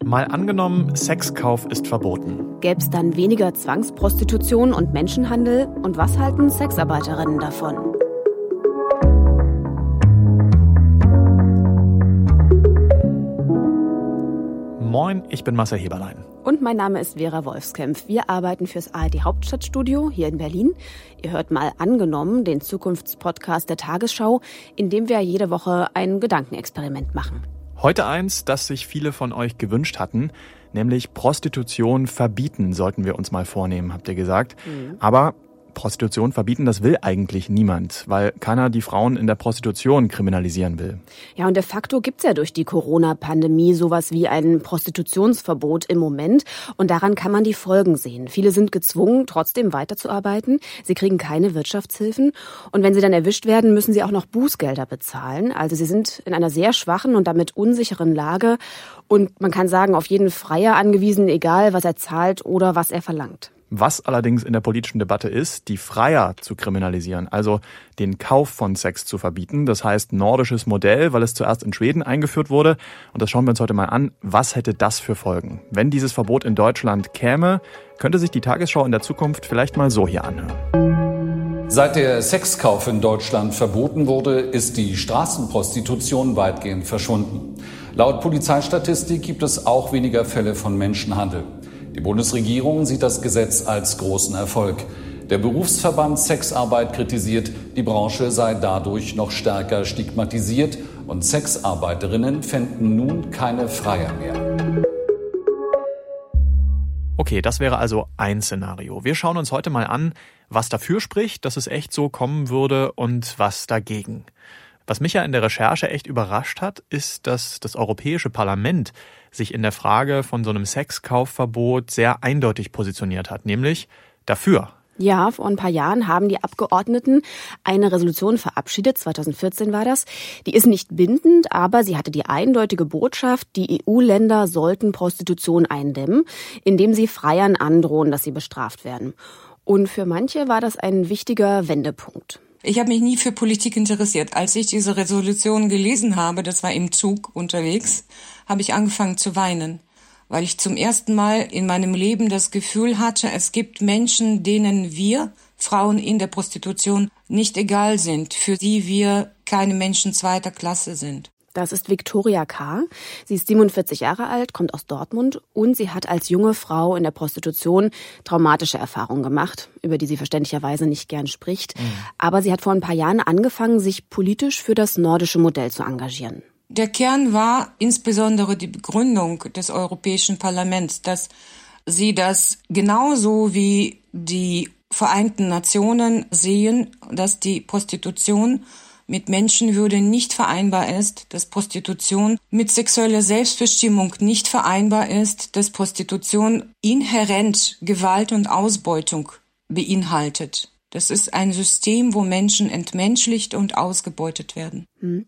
Mal angenommen, Sexkauf ist verboten. Gäbe es dann weniger Zwangsprostitution und Menschenhandel? Und was halten Sexarbeiterinnen davon? Moin, ich bin Marcel Heberlein. Und mein Name ist Vera Wolfskämpf. Wir arbeiten fürs ARD Hauptstadtstudio hier in Berlin. Ihr hört Mal angenommen, den Zukunftspodcast der Tagesschau, in dem wir jede Woche ein Gedankenexperiment machen. Heute eins, das sich viele von euch gewünscht hatten, nämlich Prostitution verbieten, sollten wir uns mal vornehmen, habt ihr gesagt. Aber Prostitution verbieten, das will eigentlich niemand, weil keiner die Frauen in der Prostitution kriminalisieren will. Ja, und de facto gibt's ja durch die Corona-Pandemie sowas wie ein Prostitutionsverbot im Moment. Und daran kann man die Folgen sehen. Viele sind gezwungen, trotzdem weiterzuarbeiten. Sie kriegen keine Wirtschaftshilfen. Und wenn sie dann erwischt werden, müssen sie auch noch Bußgelder bezahlen. Also sie sind in einer sehr schwachen und damit unsicheren Lage. Und man kann sagen, auf jeden Freier angewiesen, egal was er zahlt oder was er verlangt. Was allerdings in der politischen Debatte ist, die Freier zu kriminalisieren, also den Kauf von Sex zu verbieten. Das heißt nordisches Modell, weil es zuerst in Schweden eingeführt wurde. Und das schauen wir uns heute mal an. Was hätte das für Folgen? Wenn dieses Verbot in Deutschland käme, könnte sich die Tagesschau in der Zukunft vielleicht mal so hier anhören. Seit der Sexkauf in Deutschland verboten wurde, ist die Straßenprostitution weitgehend verschwunden. Laut Polizeistatistik gibt es auch weniger Fälle von Menschenhandel. Die Bundesregierung sieht das Gesetz als großen Erfolg. Der Berufsverband Sexarbeit kritisiert, die Branche sei dadurch noch stärker stigmatisiert und Sexarbeiterinnen fänden nun keine Freier mehr. Okay, das wäre also ein Szenario. Wir schauen uns heute mal an, was dafür spricht, dass es echt so kommen würde und was dagegen. Was mich ja in der Recherche echt überrascht hat, ist, dass das Europäische Parlament sich in der Frage von so einem Sexkaufverbot sehr eindeutig positioniert hat, nämlich dafür. Ja, vor ein paar Jahren haben die Abgeordneten eine Resolution verabschiedet, 2014 war das. Die ist nicht bindend, aber sie hatte die eindeutige Botschaft, die EU-Länder sollten Prostitution eindämmen, indem sie Freiern androhen, dass sie bestraft werden. Und für manche war das ein wichtiger Wendepunkt. Ich habe mich nie für Politik interessiert. Als ich diese Resolution gelesen habe, das war im Zug unterwegs, habe ich angefangen zu weinen, weil ich zum ersten Mal in meinem Leben das Gefühl hatte, es gibt Menschen, denen wir, Frauen in der Prostitution, nicht egal sind, für die wir keine Menschen zweiter Klasse sind. Das ist Viktoria K. Sie ist 47 Jahre alt, kommt aus Dortmund und sie hat als junge Frau in der Prostitution traumatische Erfahrungen gemacht, über die sie verständlicherweise nicht gern spricht. Aber sie hat vor ein paar Jahren angefangen, sich politisch für das nordische Modell zu engagieren. Der Kern war insbesondere die Begründung des Europäischen Parlaments, dass sie das genauso wie die Vereinten Nationen sehen, dass die Prostitution mit Menschenwürde nicht vereinbar ist, dass Prostitution mit sexueller Selbstbestimmung nicht vereinbar ist, dass Prostitution inhärent Gewalt und Ausbeutung beinhaltet. Das ist ein System, wo Menschen entmenschlicht und ausgebeutet werden.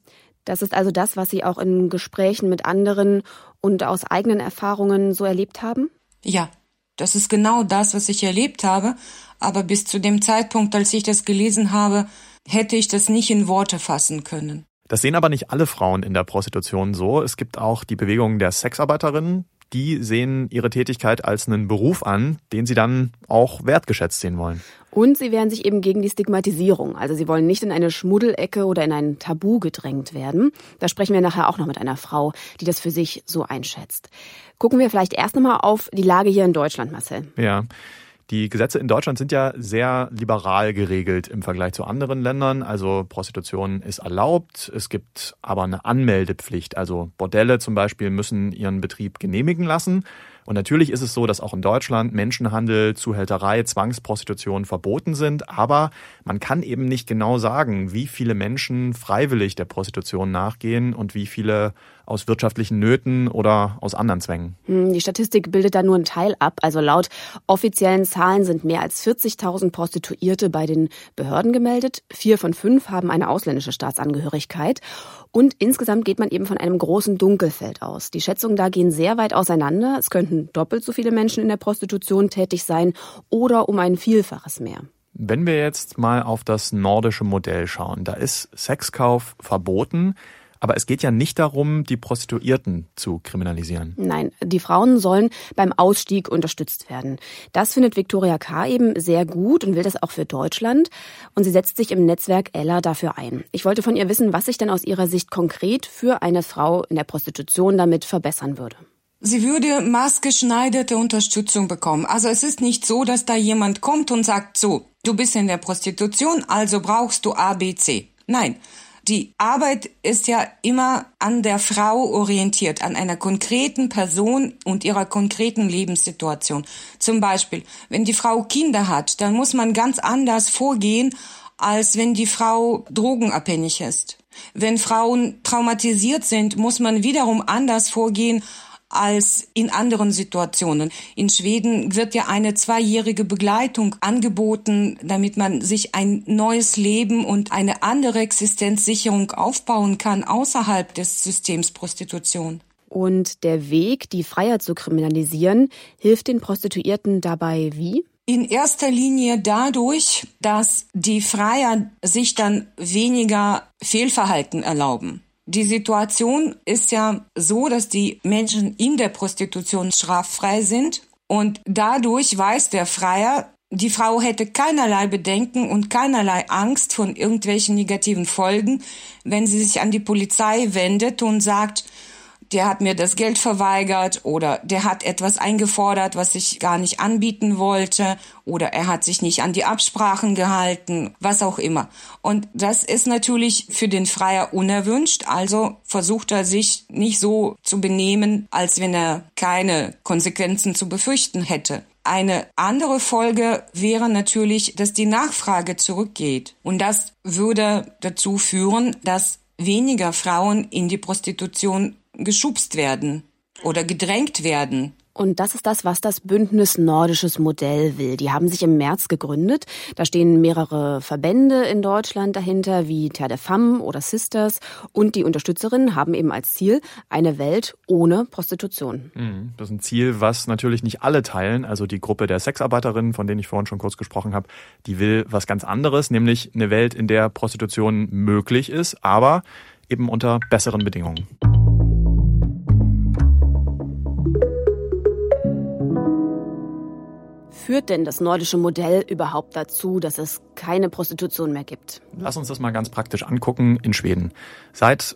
Das ist also das, was Sie auch in Gesprächen mit anderen und aus eigenen Erfahrungen so erlebt haben? Ja, das ist genau das, was ich erlebt habe. Aber bis zu dem Zeitpunkt, als ich das gelesen habe, hätte ich das nicht in Worte fassen können. Das sehen aber nicht alle Frauen in der Prostitution so. Es gibt auch die Bewegung der Sexarbeiterinnen. Die sehen ihre Tätigkeit als einen Beruf an, den sie dann auch wertgeschätzt sehen wollen. Und sie wehren sich eben gegen die Stigmatisierung. Also sie wollen nicht in eine Schmuddelecke oder in ein Tabu gedrängt werden. Da sprechen wir nachher auch noch mit einer Frau, die das für sich so einschätzt. Gucken wir vielleicht erst nochmal auf die Lage hier in Deutschland, Marcel. Ja. Die Gesetze in Deutschland sind ja sehr liberal geregelt im Vergleich zu anderen Ländern. Also Prostitution ist erlaubt, es gibt aber eine Anmeldepflicht. Also Bordelle zum Beispiel müssen ihren Betrieb genehmigen lassen. Und natürlich ist es so, dass auch in Deutschland Menschenhandel, Zuhälterei, Zwangsprostitution verboten sind. Aber man kann eben nicht genau sagen, wie viele Menschen freiwillig der Prostitution nachgehen und wie viele aus wirtschaftlichen Nöten oder aus anderen Zwängen. Die Statistik bildet da nur einen Teil ab. Also laut offiziellen Zahlen sind mehr als 40.000 Prostituierte bei den Behörden gemeldet. 4 von 5 haben eine ausländische Staatsangehörigkeit. Und insgesamt geht man eben von einem großen Dunkelfeld aus. Die Schätzungen da gehen sehr weit auseinander. Es könnten doppelt so viele Menschen in der Prostitution tätig sein oder um ein Vielfaches mehr. Wenn wir jetzt mal auf das nordische Modell schauen, da ist Sexkauf verboten. Aber es geht ja nicht darum, die Prostituierten zu kriminalisieren. Nein, die Frauen sollen beim Ausstieg unterstützt werden. Das findet Viktoria K. eben sehr gut und will das auch für Deutschland. Und sie setzt sich im Netzwerk Ella dafür ein. Ich wollte von ihr wissen, was sich denn aus ihrer Sicht konkret für eine Frau in der Prostitution damit verbessern würde. Sie würde maßgeschneiderte Unterstützung bekommen. Also es ist nicht so, dass da jemand kommt und sagt, so, du bist in der Prostitution, also brauchst du A, B, C. Nein, die Arbeit ist ja immer an der Frau orientiert, an einer konkreten Person und ihrer konkreten Lebenssituation. Zum Beispiel, wenn die Frau Kinder hat, dann muss man ganz anders vorgehen, als wenn die Frau drogenabhängig ist. Wenn Frauen traumatisiert sind, muss man wiederum anders vorgehen als in anderen Situationen. In Schweden wird ja eine 2-jährige Begleitung angeboten, damit man sich ein neues Leben und eine andere Existenzsicherung aufbauen kann außerhalb des Systems Prostitution. Und der Weg, die Freier zu kriminalisieren, hilft den Prostituierten dabei wie? In erster Linie dadurch, dass die Freier sich dann weniger Fehlverhalten erlauben. Die Situation ist ja so, dass die Menschen in der Prostitution straffrei sind und dadurch weiß der Freier, die Frau hätte keinerlei Bedenken und keinerlei Angst von irgendwelchen negativen Folgen, wenn sie sich an die Polizei wendet und sagt, der hat mir das Geld verweigert oder der hat etwas eingefordert, was ich gar nicht anbieten wollte oder er hat sich nicht an die Absprachen gehalten, was auch immer. Und das ist natürlich für den Freier unerwünscht, also versucht er sich nicht so zu benehmen, als wenn er keine Konsequenzen zu befürchten hätte. Eine andere Folge wäre natürlich, dass die Nachfrage zurückgeht und das würde dazu führen, dass weniger Frauen in die Prostitution geschubst werden oder gedrängt werden. Und das ist das, was das Bündnis Nordisches Modell will. Die haben sich im März gegründet. Da stehen mehrere Verbände in Deutschland dahinter, wie Terre des Femmes oder Sisters. Und die Unterstützerinnen haben eben als Ziel eine Welt ohne Prostitution. Das ist ein Ziel, was natürlich nicht alle teilen. Also die Gruppe der Sexarbeiterinnen, von denen ich vorhin schon kurz gesprochen habe, die will was ganz anderes, nämlich eine Welt, in der Prostitution möglich ist, aber eben unter besseren Bedingungen. Führt denn das nordische Modell überhaupt dazu, dass es keine Prostitution mehr gibt? Lass uns das mal ganz praktisch angucken in Schweden. Seit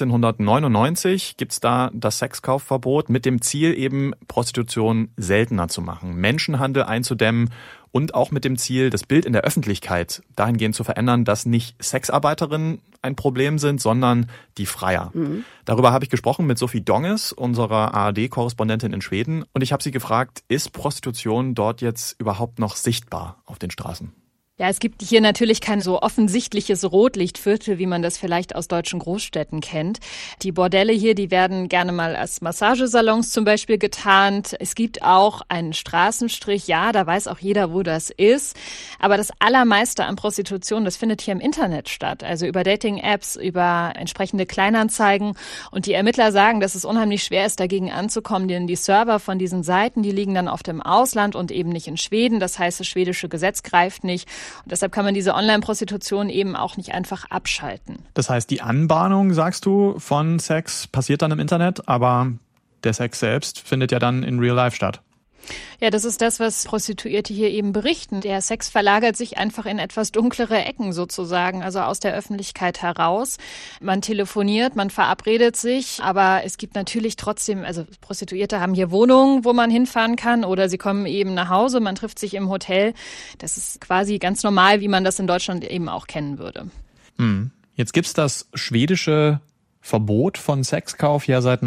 1999 gibt's da das Sexkaufverbot mit dem Ziel eben, Prostitution seltener zu machen, Menschenhandel einzudämmen und auch mit dem Ziel, das Bild in der Öffentlichkeit dahingehend zu verändern, dass nicht Sexarbeiterinnen ein Problem sind, sondern die Freier. Darüber habe ich gesprochen mit Sophie Donges, unserer ARD-Korrespondentin in Schweden. Und ich habe sie gefragt, ist Prostitution dort jetzt überhaupt noch sichtbar auf den Straßen? Ja, es gibt hier natürlich kein so offensichtliches Rotlichtviertel, wie man das vielleicht aus deutschen Großstädten kennt. Die Bordelle hier, die werden gerne mal als Massagesalons zum Beispiel getarnt. Es gibt auch einen Straßenstrich, ja, da weiß auch jeder, wo das ist. Aber das Allermeiste an Prostitution, das findet hier im Internet statt. Also über Dating-Apps, über entsprechende Kleinanzeigen. Und die Ermittler sagen, dass es unheimlich schwer ist, dagegen anzukommen, denn die Server von diesen Seiten, die liegen dann oft im Ausland und eben nicht in Schweden. Das heißt, das schwedische Gesetz greift nicht. Und deshalb kann man diese Online-Prostitution eben auch nicht einfach abschalten. Das heißt, die Anbahnung, sagst du, von Sex passiert dann im Internet, aber der Sex selbst findet ja dann in Real Life statt. Ja, das ist das, was Prostituierte hier eben berichten. Der Sex verlagert sich einfach in etwas dunklere Ecken sozusagen, also aus der Öffentlichkeit heraus. Man telefoniert, man verabredet sich, aber es gibt natürlich trotzdem, also Prostituierte haben hier Wohnungen, wo man hinfahren kann oder sie kommen eben nach Hause, man trifft sich im Hotel. Das ist quasi ganz normal, wie man das in Deutschland eben auch kennen würde. Jetzt gibt's das schwedische Verbot von Sexkauf ja seit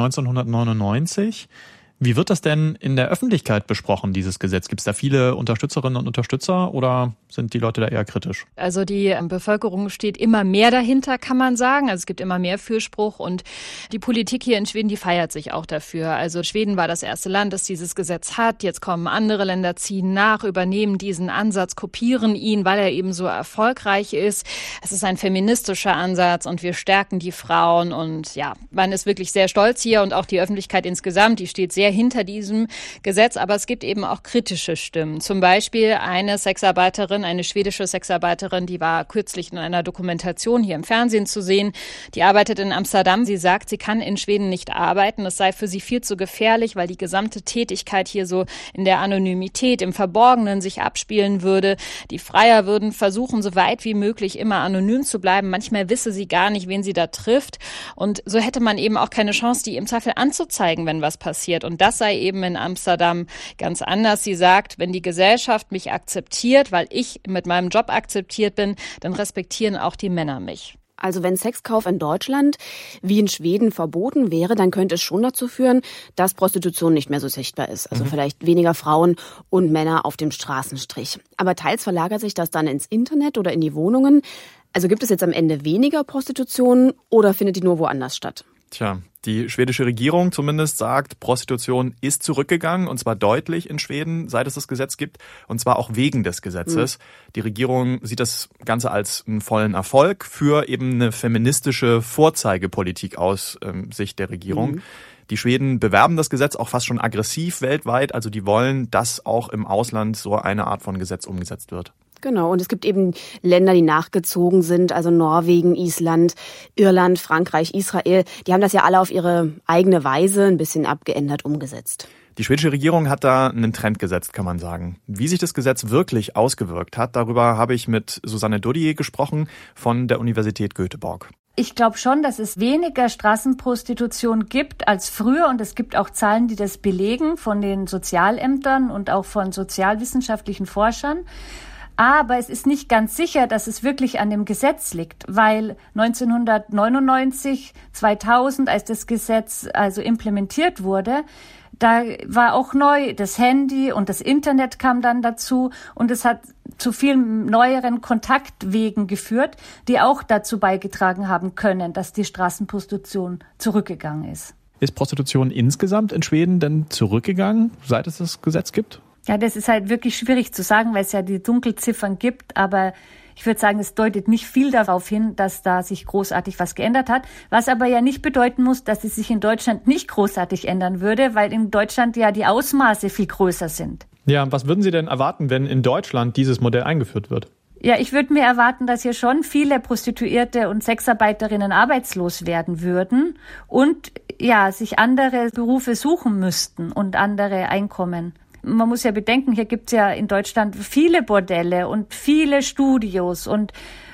1999. Wie wird das denn in der Öffentlichkeit besprochen, dieses Gesetz? Gibt es da viele Unterstützerinnen und Unterstützer oder sind die Leute da eher kritisch? Also die Bevölkerung steht immer mehr dahinter, kann man sagen. Also es gibt immer mehr Fürspruch und die Politik hier in Schweden, die feiert sich auch dafür. Also Schweden war das erste Land, das dieses Gesetz hat. Jetzt kommen andere Länder, ziehen nach, übernehmen diesen Ansatz, kopieren ihn, weil er eben so erfolgreich ist. Es ist ein feministischer Ansatz und wir stärken die Frauen und ja, man ist wirklich sehr stolz hier und auch die Öffentlichkeit insgesamt, die steht sehr sehr hinter diesem Gesetz, aber es gibt eben auch kritische Stimmen. Zum Beispiel eine Sexarbeiterin, eine schwedische Sexarbeiterin, die war kürzlich in einer Dokumentation hier im Fernsehen zu sehen. Die arbeitet in Amsterdam. Sie sagt, sie kann in Schweden nicht arbeiten. Es sei für sie viel zu gefährlich, weil die gesamte Tätigkeit hier so in der Anonymität, im Verborgenen sich abspielen würde. Die Freier würden versuchen, so weit wie möglich immer anonym zu bleiben. Manchmal wisse sie gar nicht, wen sie da trifft. Und so hätte man eben auch keine Chance, die im Zweifel anzuzeigen, wenn was passiert. Und das sei eben in Amsterdam ganz anders. Sie sagt, wenn die Gesellschaft mich akzeptiert, weil ich mit meinem Job akzeptiert bin, dann respektieren auch die Männer mich. Also wenn Sexkauf in Deutschland wie in Schweden verboten wäre, dann könnte es schon dazu führen, dass Prostitution nicht mehr so sichtbar ist. Also vielleicht weniger Frauen und Männer auf dem Straßenstrich. Aber teils verlagert sich das dann ins Internet oder in die Wohnungen. Also gibt es jetzt am Ende weniger Prostitution oder findet die nur woanders statt? Tja, die schwedische Regierung zumindest sagt, Prostitution ist zurückgegangen, und zwar deutlich in Schweden, seit es das Gesetz gibt, und zwar auch wegen des Gesetzes. Die Regierung sieht das Ganze als einen vollen Erfolg für eben eine feministische Vorzeigepolitik aus Sicht der Regierung. Die Schweden bewerben das Gesetz auch fast schon aggressiv weltweit, also die wollen, dass auch im Ausland so eine Art von Gesetz umgesetzt wird. Genau, und es gibt eben Länder, die nachgezogen sind, also Norwegen, Island, Irland, Frankreich, Israel. Die haben das ja alle auf ihre eigene Weise ein bisschen abgeändert umgesetzt. Die schwedische Regierung hat da einen Trend gesetzt, kann man sagen. Wie sich das Gesetz wirklich ausgewirkt hat, darüber habe ich mit Susanne Dodier gesprochen von der Universität Göteborg. Ich glaube schon, dass es weniger Straßenprostitution gibt als früher, und es gibt auch Zahlen, die das belegen von den Sozialämtern und auch von sozialwissenschaftlichen Forschern. Aber es ist nicht ganz sicher, dass es wirklich an dem Gesetz liegt, weil 1999, 2000, als das Gesetz also implementiert wurde, da war auch neu das Handy und das Internet kam dann dazu, und es hat zu vielen neueren Kontaktwegen geführt, die auch dazu beigetragen haben können, dass die Straßenprostitution zurückgegangen ist. Ist Prostitution insgesamt in Schweden denn zurückgegangen, seit es das Gesetz gibt? Ja, das ist halt wirklich schwierig zu sagen, weil es ja die Dunkelziffern gibt, aber ich würde sagen, es deutet nicht viel darauf hin, dass da sich großartig was geändert hat, was aber ja nicht bedeuten muss, dass es sich in Deutschland nicht großartig ändern würde, weil in Deutschland ja die Ausmaße viel größer sind. Ja, was würden Sie denn erwarten, wenn in Deutschland dieses Modell eingeführt wird? Ja, ich würde mir erwarten, dass hier schon viele Prostituierte und Sexarbeiterinnen arbeitslos werden würden und ja, sich andere Berufe suchen müssten und andere Einkommen. Man muss ja bedenken, hier gibt's ja in Deutschland viele Bordelle und viele Studios, und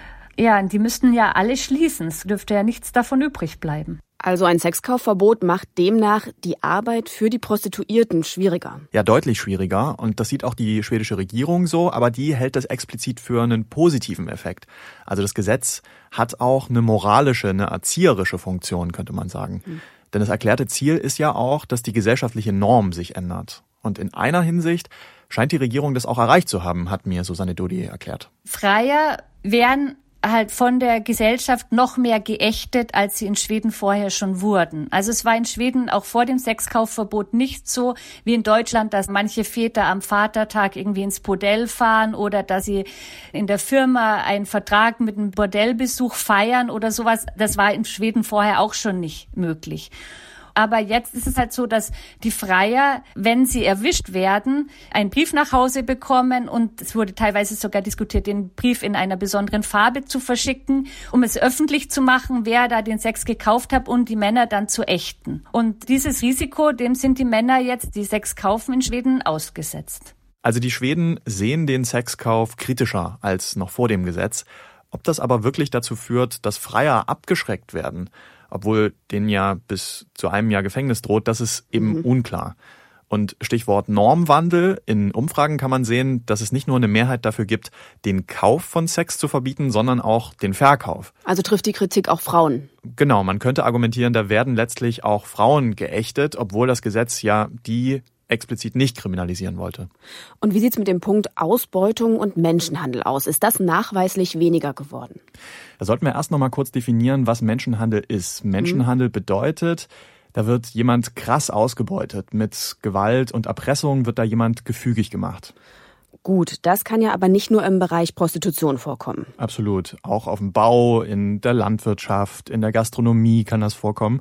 ja, die müssten ja alle schließen. Es dürfte ja nichts davon übrig bleiben. Also ein Sexkaufverbot macht demnach die Arbeit für die Prostituierten schwieriger. Ja, deutlich schwieriger. Und das sieht auch die schwedische Regierung so, aber die hält das explizit für einen positiven Effekt. Also das Gesetz hat auch eine moralische, eine erzieherische Funktion, könnte man sagen. Denn das erklärte Ziel ist ja auch, dass die gesellschaftliche Norm sich ändert. Und in einer Hinsicht scheint die Regierung das auch erreicht zu haben, hat mir Susanne Dodier erklärt. Freier werden halt von der Gesellschaft noch mehr geächtet, als sie in Schweden vorher schon wurden. Also es war in Schweden auch vor dem Sexkaufverbot nicht so wie in Deutschland, dass manche Väter am Vatertag irgendwie ins Bordell fahren oder dass sie in der Firma einen Vertrag mit einem Bordellbesuch feiern oder sowas. Das war in Schweden vorher auch schon nicht möglich. Aber jetzt ist es halt so, dass die Freier, wenn sie erwischt werden, einen Brief nach Hause bekommen, und es wurde teilweise sogar diskutiert, den Brief in einer besonderen Farbe zu verschicken, um es öffentlich zu machen, wer da den Sex gekauft hat, und die Männer dann zu ächten. Und dieses Risiko, dem sind die Männer jetzt, die Sex kaufen in Schweden, ausgesetzt. Also die Schweden sehen den Sexkauf kritischer als noch vor dem Gesetz. Ob das aber wirklich dazu führt, dass Freier abgeschreckt werden, obwohl denen ja bis zu einem Jahr Gefängnis droht, das ist eben unklar. Und Stichwort Normwandel, in Umfragen kann man sehen, dass es nicht nur eine Mehrheit dafür gibt, den Kauf von Sex zu verbieten, sondern auch den Verkauf. Also trifft die Kritik auch Frauen? Genau, man könnte argumentieren, da werden letztlich auch Frauen geächtet, obwohl das Gesetz ja die explizit nicht kriminalisieren wollte. Und wie sieht's mit dem Punkt Ausbeutung und Menschenhandel aus? Ist das nachweislich weniger geworden? Da sollten wir erst noch mal kurz definieren, was Menschenhandel ist. Menschenhandel bedeutet, da wird jemand krass ausgebeutet. Mit Gewalt und Erpressung wird da jemand gefügig gemacht. Gut, das kann ja aber nicht nur im Bereich Prostitution vorkommen. Absolut. Auch auf dem Bau, in der Landwirtschaft, in der Gastronomie kann das vorkommen.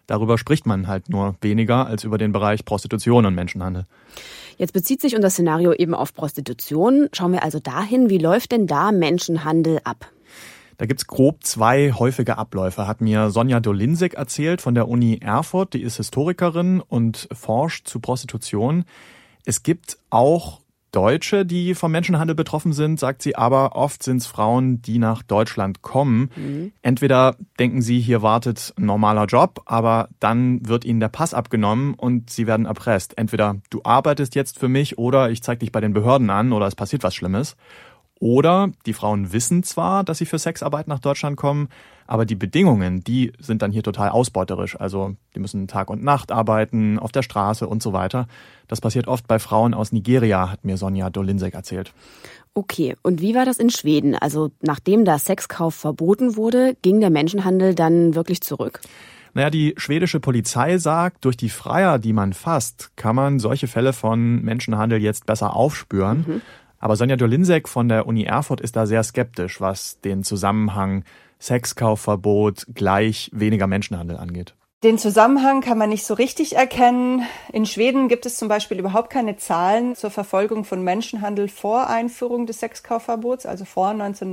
Darüber spricht man halt nur weniger als über den Bereich Prostitution und Menschenhandel. Jetzt bezieht sich unser Szenario eben auf Prostitution. Schauen wir also dahin, wie läuft denn da Menschenhandel ab? Da gibt's grob 2 häufige Abläufe, hat mir Sonja Dolinczyk erzählt von der Uni Erfurt. Die ist Historikerin und forscht zu Prostitution. Es gibt auch Deutsche, die vom Menschenhandel betroffen sind, sagt sie, aber oft sind es Frauen, die nach Deutschland kommen. Entweder denken sie, hier wartet ein normaler Job, aber dann wird ihnen der Pass abgenommen und sie werden erpresst. Entweder du arbeitest jetzt für mich oder ich zeige dich bei den Behörden an oder es passiert was Schlimmes. Oder die Frauen wissen zwar, dass sie für Sexarbeit nach Deutschland kommen, aber die Bedingungen, die sind dann hier total ausbeuterisch. Also die müssen Tag und Nacht arbeiten, auf der Straße und so weiter. Das passiert oft bei Frauen aus Nigeria, hat mir Sonja Dolinczyk erzählt. Okay, und wie war das in Schweden? Also nachdem der Sexkauf verboten wurde, ging der Menschenhandel dann wirklich zurück? Naja, die schwedische Polizei sagt, durch die Freier, die man fasst, kann man solche Fälle von Menschenhandel jetzt besser aufspüren. Aber Sonja Dolinczyk von der Uni Erfurt ist da sehr skeptisch, was den Zusammenhang Sexkaufverbot gleich weniger Menschenhandel angeht. Den Zusammenhang kann man nicht so richtig erkennen. In Schweden gibt es zum Beispiel überhaupt keine Zahlen zur Verfolgung von Menschenhandel vor Einführung des Sexkaufverbots, also vor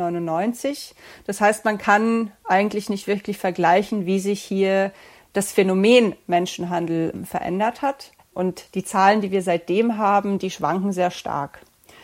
1999. Das heißt, man kann eigentlich nicht wirklich vergleichen, wie sich hier das Phänomen Menschenhandel verändert hat. Und die Zahlen, die wir seitdem haben, die schwanken sehr stark.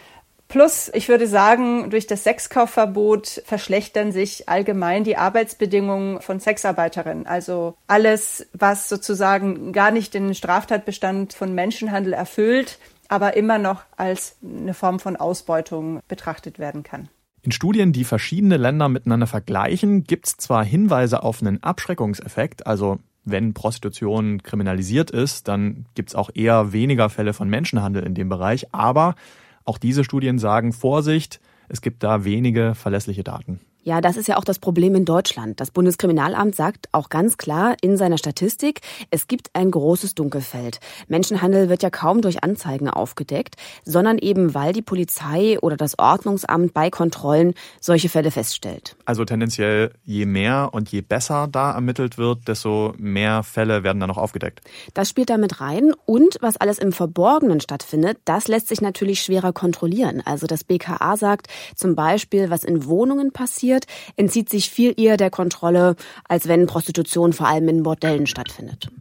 Plus, ich würde sagen, durch das Sexkaufverbot verschlechtern sich allgemein die Arbeitsbedingungen von Sexarbeiterinnen. Also alles, was sozusagen gar nicht den Straftatbestand von Menschenhandel erfüllt, aber immer noch als eine Form von Ausbeutung betrachtet werden kann. In Studien, die verschiedene Länder miteinander vergleichen, gibt es zwar Hinweise auf einen Abschreckungseffekt, also wenn Prostitution kriminalisiert ist, dann gibt es auch eher weniger Fälle von Menschenhandel in dem Bereich, aber auch diese Studien sagen, Vorsicht, es gibt da wenige verlässliche Daten. Ja, das ist ja auch das Problem in Deutschland. Das Bundeskriminalamt sagt auch ganz klar in seiner Statistik, es gibt ein großes Dunkelfeld. Menschenhandel wird ja kaum durch Anzeigen aufgedeckt, sondern eben, weil die Polizei oder das Ordnungsamt bei Kontrollen solche Fälle feststellt. Also tendenziell, je mehr und je besser da ermittelt wird, desto mehr Fälle werden dann noch aufgedeckt. Das spielt damit rein und was alles im Verborgenen stattfindet, das lässt sich natürlich schwerer kontrollieren. Also das BKA sagt zum Beispiel, was in Wohnungen passiert, entzieht sich viel eher der Kontrolle, als wenn Prostitution vor allem in Bordellen stattfindet.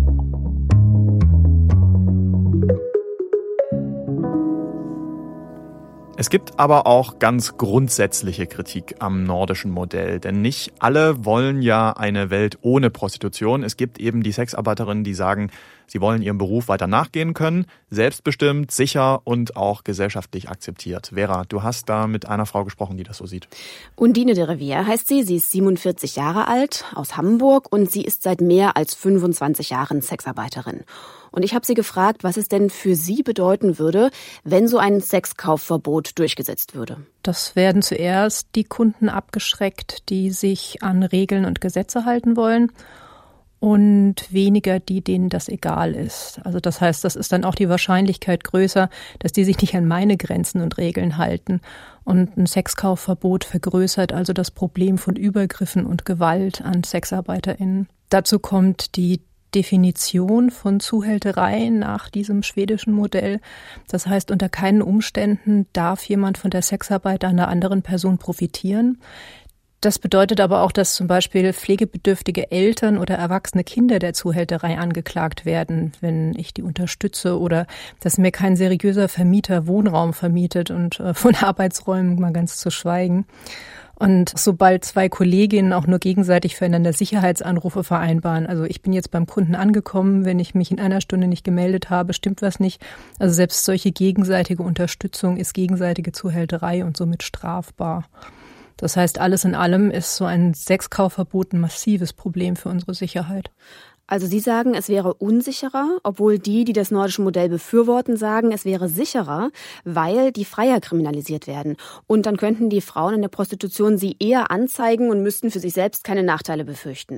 Es gibt aber auch ganz grundsätzliche Kritik am nordischen Modell, denn nicht alle wollen ja eine Welt ohne Prostitution. Es gibt eben die Sexarbeiterinnen, die sagen, sie wollen ihrem Beruf weiter nachgehen können, selbstbestimmt, sicher und auch gesellschaftlich akzeptiert. Vera, du hast da mit einer Frau gesprochen, die das so sieht. Undine de Rivière heißt sie. Sie ist 47 Jahre alt, aus Hamburg und sie ist seit mehr als 25 Jahren Sexarbeiterin. Und ich habe sie gefragt, was es denn für sie bedeuten würde, wenn so ein Sexkaufverbot durchgesetzt würde. Das werden zuerst die Kunden abgeschreckt, die sich an Regeln und Gesetze halten wollen und weniger die, denen das egal ist. Also das heißt, das ist dann auch die Wahrscheinlichkeit größer, dass die sich nicht an meine Grenzen und Regeln halten. Und ein Sexkaufverbot vergrößert also das Problem von Übergriffen und Gewalt an SexarbeiterInnen. Dazu kommt die Definition von Zuhälterei nach diesem schwedischen Modell. Das heißt, unter keinen Umständen darf jemand von der Sexarbeit einer anderen Person profitieren. Das bedeutet aber auch, dass zum Beispiel pflegebedürftige Eltern oder erwachsene Kinder der Zuhälterei angeklagt werden, wenn ich die unterstütze, oder dass mir kein seriöser Vermieter Wohnraum vermietet und von Arbeitsräumen mal ganz zu schweigen. Und sobald 2 Kolleginnen auch nur gegenseitig füreinander Sicherheitsanrufe vereinbaren, also ich bin jetzt beim Kunden angekommen, wenn ich mich in einer Stunde nicht gemeldet habe, stimmt was nicht. Also selbst solche gegenseitige Unterstützung ist gegenseitige Zuhälterei und somit strafbar. Das heißt, alles in allem ist so ein Sexkaufverbot ein massives Problem für unsere Sicherheit. Also Sie sagen, es wäre unsicherer, obwohl die das nordische Modell befürworten, sagen, es wäre sicherer, weil die Freier kriminalisiert werden. Und dann könnten die Frauen in der Prostitution sie eher anzeigen und müssten für sich selbst keine Nachteile befürchten.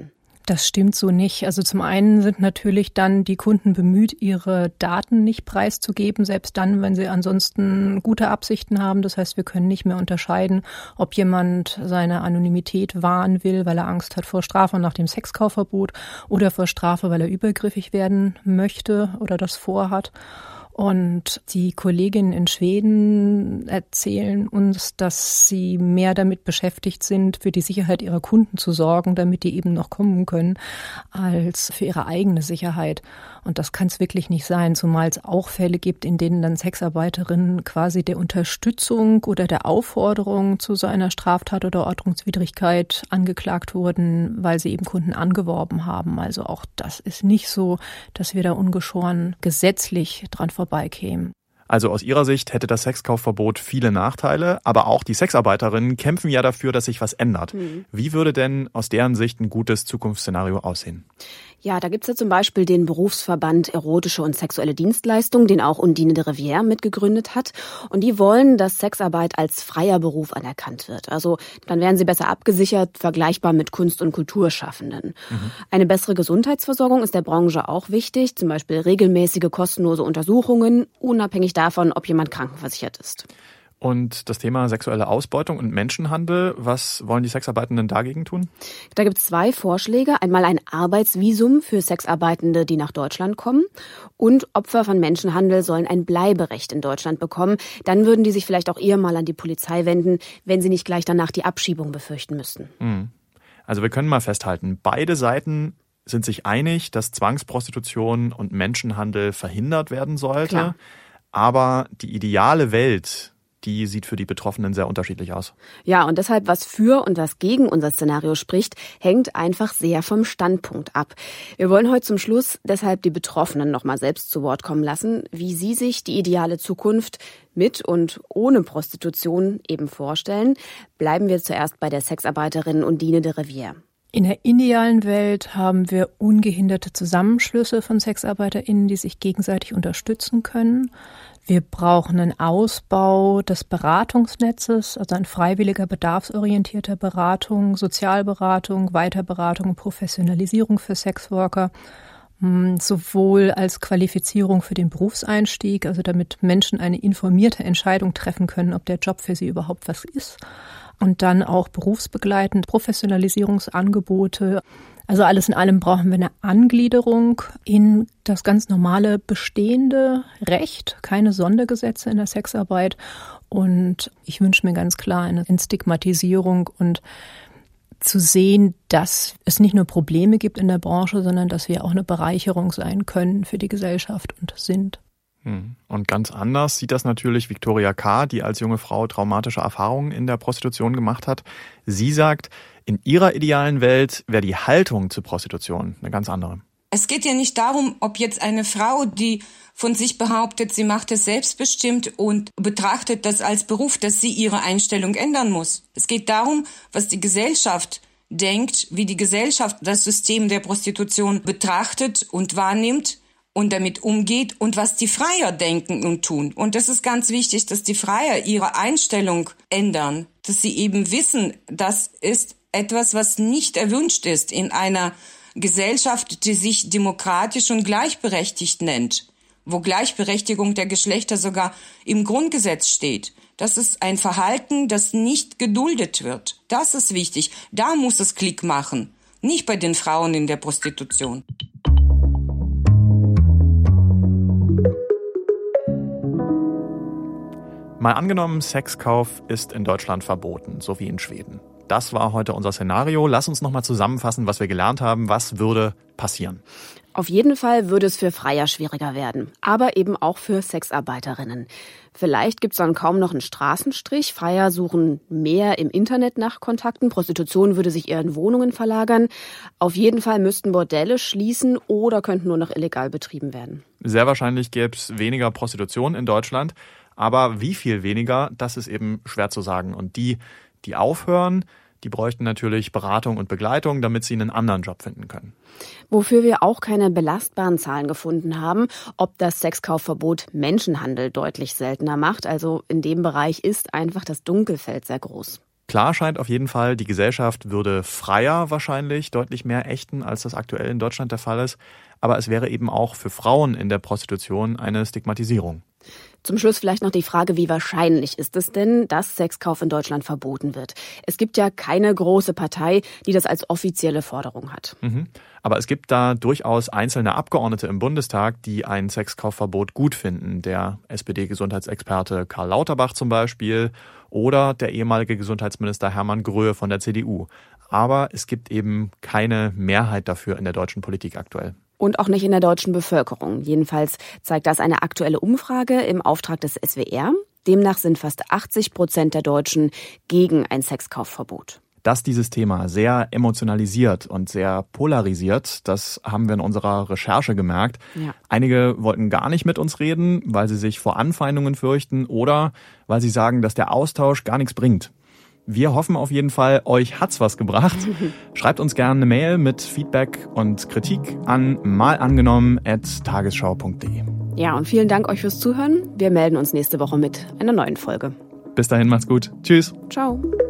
Das stimmt so nicht. Also zum einen sind natürlich dann die Kunden bemüht, ihre Daten nicht preiszugeben, selbst dann, wenn sie ansonsten gute Absichten haben. Das heißt, wir können nicht mehr unterscheiden, ob jemand seine Anonymität wahren will, weil er Angst hat vor Strafe nach dem Sexkaufverbot oder vor Strafe, weil er übergriffig werden möchte oder das vorhat. Und die Kolleginnen in Schweden erzählen uns, dass sie mehr damit beschäftigt sind, für die Sicherheit ihrer Kunden zu sorgen, damit die eben noch kommen können, als für ihre eigene Sicherheit. Und das kann es wirklich nicht sein, zumal es auch Fälle gibt, in denen dann Sexarbeiterinnen quasi der Unterstützung oder der Aufforderung zu so einer Straftat oder Ordnungswidrigkeit angeklagt wurden, weil sie eben Kunden angeworben haben. Also auch das ist nicht so, dass wir da ungeschoren gesetzlich dran vorbeikämen. Also aus Ihrer Sicht hätte das Sexkaufverbot viele Nachteile, aber auch die Sexarbeiterinnen kämpfen ja dafür, dass sich was ändert. Wie würde denn aus deren Sicht ein gutes Zukunftsszenario aussehen? Ja, da gibt's ja zum Beispiel den Berufsverband Erotische und Sexuelle Dienstleistungen, den auch Undine de Rivière mitgegründet hat. Und die wollen, dass Sexarbeit als freier Beruf anerkannt wird. Also dann wären sie besser abgesichert, vergleichbar mit Kunst- und Kulturschaffenden. Eine bessere Gesundheitsversorgung ist der Branche auch wichtig, zum Beispiel regelmäßige kostenlose Untersuchungen, unabhängig davon, ob jemand krankenversichert ist. Und das Thema sexuelle Ausbeutung und Menschenhandel, was wollen die Sexarbeitenden dagegen tun? Da gibt es 2 Vorschläge. Einmal ein Arbeitsvisum für Sexarbeitende, die nach Deutschland kommen. Und Opfer von Menschenhandel sollen ein Bleiberecht in Deutschland bekommen. Dann würden die sich vielleicht auch eher mal an die Polizei wenden, wenn sie nicht gleich danach die Abschiebung befürchten müssten. Also wir können mal festhalten, beide Seiten sind sich einig, dass Zwangsprostitution und Menschenhandel verhindert werden sollte. Klar. Aber die ideale Welt, die sieht für die Betroffenen sehr unterschiedlich aus. Ja, und deshalb, was für und was gegen unser Szenario spricht, hängt einfach sehr vom Standpunkt ab. Wir wollen heute zum Schluss deshalb die Betroffenen noch mal selbst zu Wort kommen lassen, wie sie sich die ideale Zukunft mit und ohne Prostitution eben vorstellen. Bleiben wir zuerst bei der Sexarbeiterin Undine de Rivière. In der idealen Welt haben wir ungehinderte Zusammenschlüsse von SexarbeiterInnen, die sich gegenseitig unterstützen können. Wir brauchen einen Ausbau des Beratungsnetzes, also ein freiwilliger, bedarfsorientierter Beratung, Sozialberatung, Weiterberatung, Professionalisierung für Sexworker, sowohl als Qualifizierung für den Berufseinstieg, also damit Menschen eine informierte Entscheidung treffen können, ob der Job für sie überhaupt was ist. Und dann auch berufsbegleitend Professionalisierungsangebote. Also alles in allem brauchen wir eine Angliederung in das ganz normale bestehende Recht, keine Sondergesetze in der Sexarbeit. Und ich wünsche mir ganz klar eine Entstigmatisierung und zu sehen, dass es nicht nur Probleme gibt in der Branche, sondern dass wir auch eine Bereicherung sein können für die Gesellschaft und sind. Und ganz anders sieht das natürlich Viktoria K., die als junge Frau traumatische Erfahrungen in der Prostitution gemacht hat. Sie sagt, in ihrer idealen Welt wäre die Haltung zur Prostitution eine ganz andere. Es geht ja nicht darum, ob jetzt eine Frau, die von sich behauptet, sie macht es selbstbestimmt und betrachtet das als Beruf, dass sie ihre Einstellung ändern muss. Es geht darum, was die Gesellschaft denkt, wie die Gesellschaft das System der Prostitution betrachtet und wahrnimmt und damit umgeht und was die Freier denken und tun. Und das ist ganz wichtig, dass die Freier ihre Einstellung ändern, dass sie eben wissen, das ist etwas, was nicht erwünscht ist in einer Gesellschaft, die sich demokratisch und gleichberechtigt nennt, wo Gleichberechtigung der Geschlechter sogar im Grundgesetz steht. Das ist ein Verhalten, das nicht geduldet wird. Das ist wichtig. Da muss es Klick machen, nicht bei den Frauen in der Prostitution. Mal angenommen, Sexkauf ist in Deutschland verboten, so wie in Schweden. Das war heute unser Szenario. Lass uns nochmal zusammenfassen, was wir gelernt haben. Was würde passieren? Auf jeden Fall würde es für Freier schwieriger werden, aber eben auch für Sexarbeiterinnen. Vielleicht gibt's dann kaum noch einen Straßenstrich. Freier suchen mehr im Internet nach Kontakten. Prostitution würde sich eher in Wohnungen verlagern. Auf jeden Fall müssten Bordelle schließen oder könnten nur noch illegal betrieben werden. Sehr wahrscheinlich gäbe es weniger Prostitution in Deutschland. Aber wie viel weniger, das ist eben schwer zu sagen. Und die aufhören, die bräuchten natürlich Beratung und Begleitung, damit sie einen anderen Job finden können. Wofür wir auch keine belastbaren Zahlen gefunden haben, ob das Sexkaufverbot Menschenhandel deutlich seltener macht. Also in dem Bereich ist einfach das Dunkelfeld sehr groß. Klar scheint auf jeden Fall, die Gesellschaft würde freier wahrscheinlich deutlich mehr ächten, als das aktuell in Deutschland der Fall ist. Aber es wäre eben auch für Frauen in der Prostitution eine Stigmatisierung. Zum Schluss vielleicht noch die Frage, wie wahrscheinlich ist es denn, dass Sexkauf in Deutschland verboten wird? Es gibt ja keine große Partei, die das als offizielle Forderung hat. Aber es gibt da durchaus einzelne Abgeordnete im Bundestag, die ein Sexkaufverbot gut finden. Der SPD-Gesundheitsexperte Karl Lauterbach zum Beispiel oder der ehemalige Gesundheitsminister Hermann Gröhe von der CDU. Aber es gibt eben keine Mehrheit dafür in der deutschen Politik aktuell. Und auch nicht in der deutschen Bevölkerung. Jedenfalls zeigt das eine aktuelle Umfrage im Auftrag des SWR. Demnach sind fast 80% der Deutschen gegen ein Sexkaufverbot. Dass dieses Thema sehr emotionalisiert und sehr polarisiert, das haben wir in unserer Recherche gemerkt. Ja. Einige wollten gar nicht mit uns reden, weil sie sich vor Anfeindungen fürchten oder weil sie sagen, dass der Austausch gar nichts bringt. Wir hoffen auf jeden Fall, euch hat's was gebracht. Schreibt uns gerne eine Mail mit Feedback und Kritik an malangenommen@tagesschau.de. Ja, und vielen Dank euch fürs Zuhören. Wir melden uns nächste Woche mit einer neuen Folge. Bis dahin, macht's gut. Tschüss. Ciao.